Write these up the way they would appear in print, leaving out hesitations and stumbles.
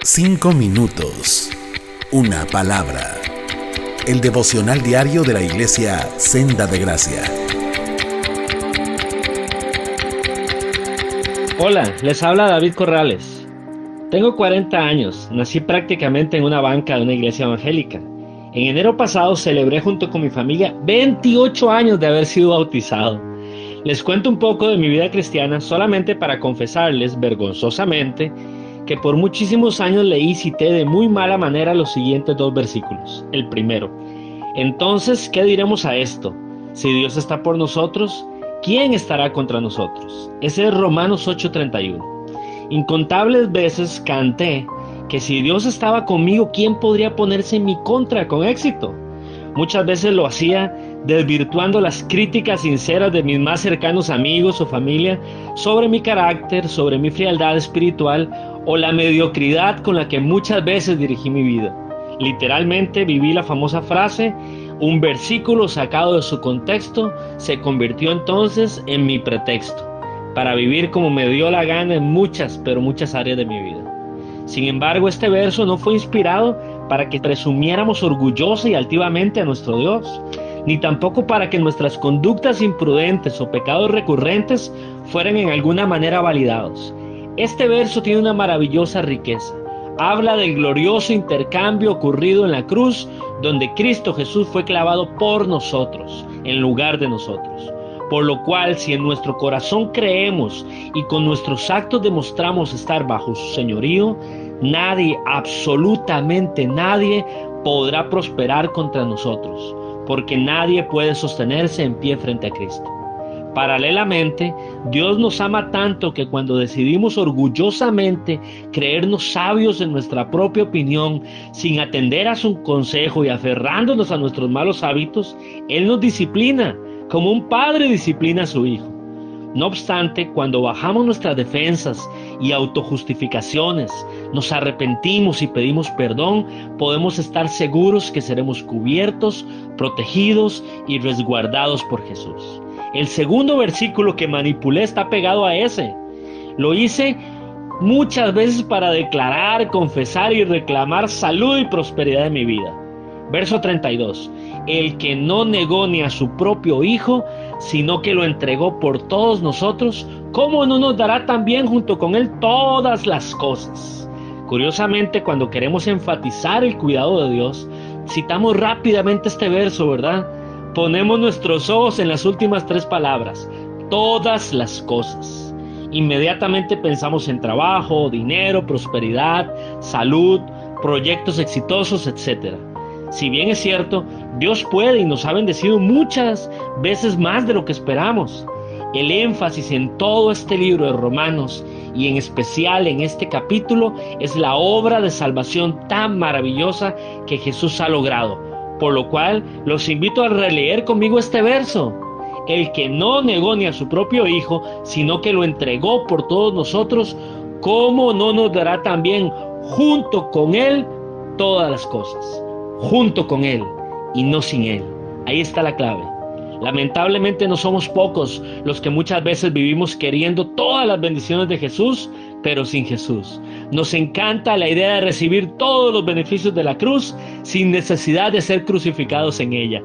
5 minutos, una palabra. El devocional diario de la Iglesia Senda de Gracia. Hola, les habla David Corrales. Tengo 40 años, nací prácticamente en una banca de una iglesia evangélica. En enero pasado celebré junto con mi familia 28 años de haber sido bautizado. Les cuento un poco de mi vida cristiana solamente para confesarles, vergonzosamente, que por muchísimos años leí y cité de muy mala manera los siguientes 2 versículos. El primero: entonces, ¿qué diremos a esto? Si Dios está por nosotros, ¿quién estará contra nosotros? Ese es Romanos 8:31. Incontables veces canté que si Dios estaba conmigo, ¿quién podría ponerse en mi contra con éxito? Muchas veces lo hacía desvirtuando las críticas sinceras de mis más cercanos amigos o familia sobre mi carácter, sobre mi frialdad espiritual o la mediocridad con la que muchas veces dirigí mi vida. Literalmente viví la famosa frase: un versículo sacado de su contexto se convirtió entonces en mi pretexto para vivir como me dio la gana en muchas áreas de mi vida. Sin embargo, este verso no fue inspirado para que presumiéramos orgullosa y altivamente a nuestro Dios, ni tampoco para que nuestras conductas imprudentes o pecados recurrentes fueran en alguna manera validados. Este verso tiene una maravillosa riqueza. Habla del glorioso intercambio ocurrido en la cruz, donde Cristo Jesús fue clavado por nosotros, en lugar de nosotros. Por lo cual, si en nuestro corazón creemos y con nuestros actos demostramos estar bajo su señorío, nadie, absolutamente nadie, podrá prosperar contra nosotros, porque nadie puede sostenerse en pie frente a Cristo. Paralelamente, Dios nos ama tanto que cuando decidimos orgullosamente creernos sabios en nuestra propia opinión, sin atender a su consejo y aferrándonos a nuestros malos hábitos, Él nos disciplina, como un padre disciplina a su hijo. No obstante, cuando bajamos nuestras defensas y autojustificaciones, nos arrepentimos y pedimos perdón, podemos estar seguros que seremos cubiertos, protegidos y resguardados por Jesús. El segundo versículo que manipulé está pegado a ese. Lo hice muchas veces para declarar, confesar y reclamar salud y prosperidad en mi vida. Verso 32. El que no negó ni a su propio Hijo, sino que lo entregó por todos nosotros, ¿cómo no nos dará también junto con Él todas las cosas? Curiosamente, cuando queremos enfatizar el cuidado de Dios, citamos rápidamente este verso, ¿verdad? Ponemos nuestros ojos en las últimas 3 palabras: todas las cosas. Inmediatamente pensamos en trabajo, dinero, prosperidad, salud, proyectos exitosos, etc. Si bien es cierto, Dios puede y nos ha bendecido muchas veces más de lo que esperamos. El énfasis en todo este libro de Romanos y en especial en este capítulo es la obra de salvación tan maravillosa que Jesús ha logrado. Por lo cual, los invito a releer conmigo este verso. El que no negó ni a su propio Hijo, sino que lo entregó por todos nosotros, ¿cómo no nos dará también junto con Él todas las cosas? Junto con Él y no sin Él. Ahí está la clave. Lamentablemente no somos pocos los que muchas veces vivimos queriendo todas las bendiciones de Jesús, pero sin Jesús. Nos encanta la idea de recibir todos los beneficios de la cruz sin necesidad de ser crucificados en ella.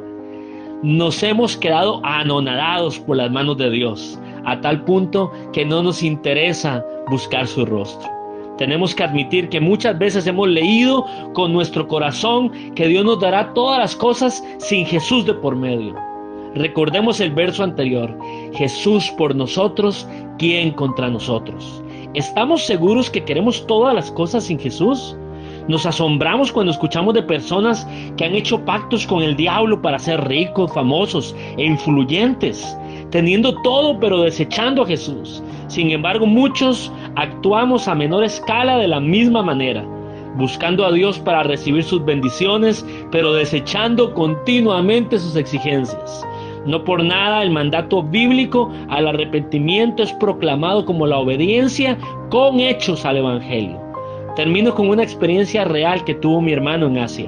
Nos hemos quedado anonadados por las manos de Dios, a tal punto que no nos interesa buscar su rostro. Tenemos que admitir que muchas veces hemos leído con nuestro corazón que Dios nos dará todas las cosas sin Jesús de por medio. Recordemos el verso anterior: Jesús por nosotros, ¿quién contra nosotros? ¿Estamos seguros que queremos todas las cosas sin Jesús? Nos asombramos cuando escuchamos de personas que han hecho pactos con el diablo para ser ricos, famosos e influyentes, teniendo todo pero desechando a Jesús. Sin embargo, muchos actuamos a menor escala de la misma manera, buscando a Dios para recibir sus bendiciones, pero desechando continuamente sus exigencias. No por nada el mandato bíblico al arrepentimiento es proclamado como la obediencia con hechos al Evangelio. Termino con una experiencia real que tuvo mi hermano en Asia.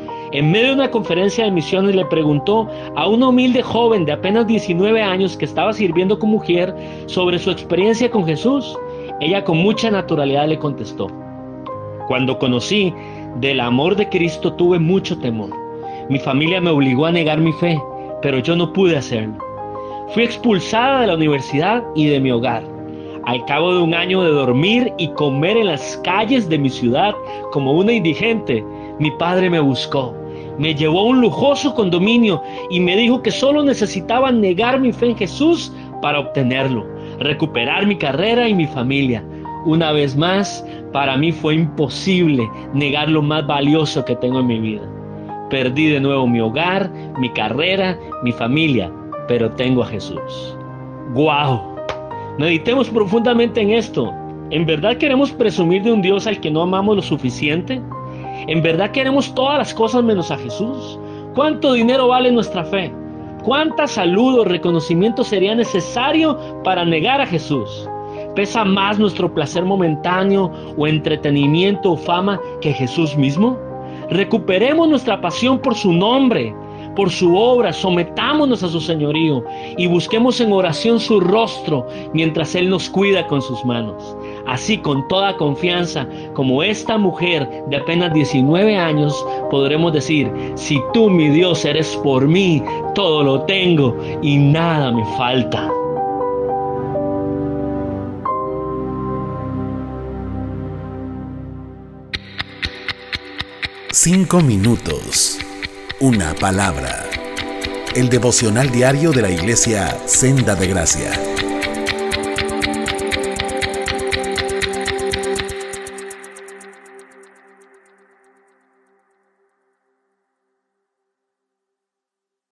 En medio de una conferencia de misiones le preguntó a una humilde joven de apenas 19 años que estaba sirviendo como mujer sobre su experiencia con Ella con mucha naturalidad le contestó: Cuando conocí del amor de Cristo tuve mucho temor. Mi familia me obligó a negar mi fe, pero yo no pude hacerlo. Fui expulsada de la universidad y de mi hogar. Al cabo de un año de dormir y comer en las calles de mi ciudad como una indigente, mi padre me buscó. Me llevó a un lujoso condominio y me dijo que solo necesitaba negar mi fe en Jesús para obtenerlo, recuperar mi carrera y mi familia. Una vez más, para mí fue imposible negar lo más valioso que tengo en mi vida. Perdí de nuevo mi hogar, mi carrera, mi familia, pero tengo a Jesús. ¡Guau! Meditemos profundamente en esto. ¿En verdad queremos presumir de un Dios al que no amamos lo suficiente? ¿En verdad queremos todas las cosas menos a Jesús? ¿Cuánto dinero vale nuestra fe? ¿Cuánta salud o reconocimiento sería necesario para negar a Jesús? ¿Pesa más nuestro placer momentáneo o entretenimiento o fama que Jesús mismo? Recuperemos nuestra pasión por su nombre, por su obra, sometámonos a su señorío y busquemos en oración su rostro mientras Él nos cuida con sus manos. Así, con toda confianza, como esta mujer de apenas 19 años, podremos decir: si tú, mi Dios, eres por mí, todo lo tengo y nada me falta. Cinco minutos. Una palabra. El devocional diario de la Iglesia Senda de Gracia.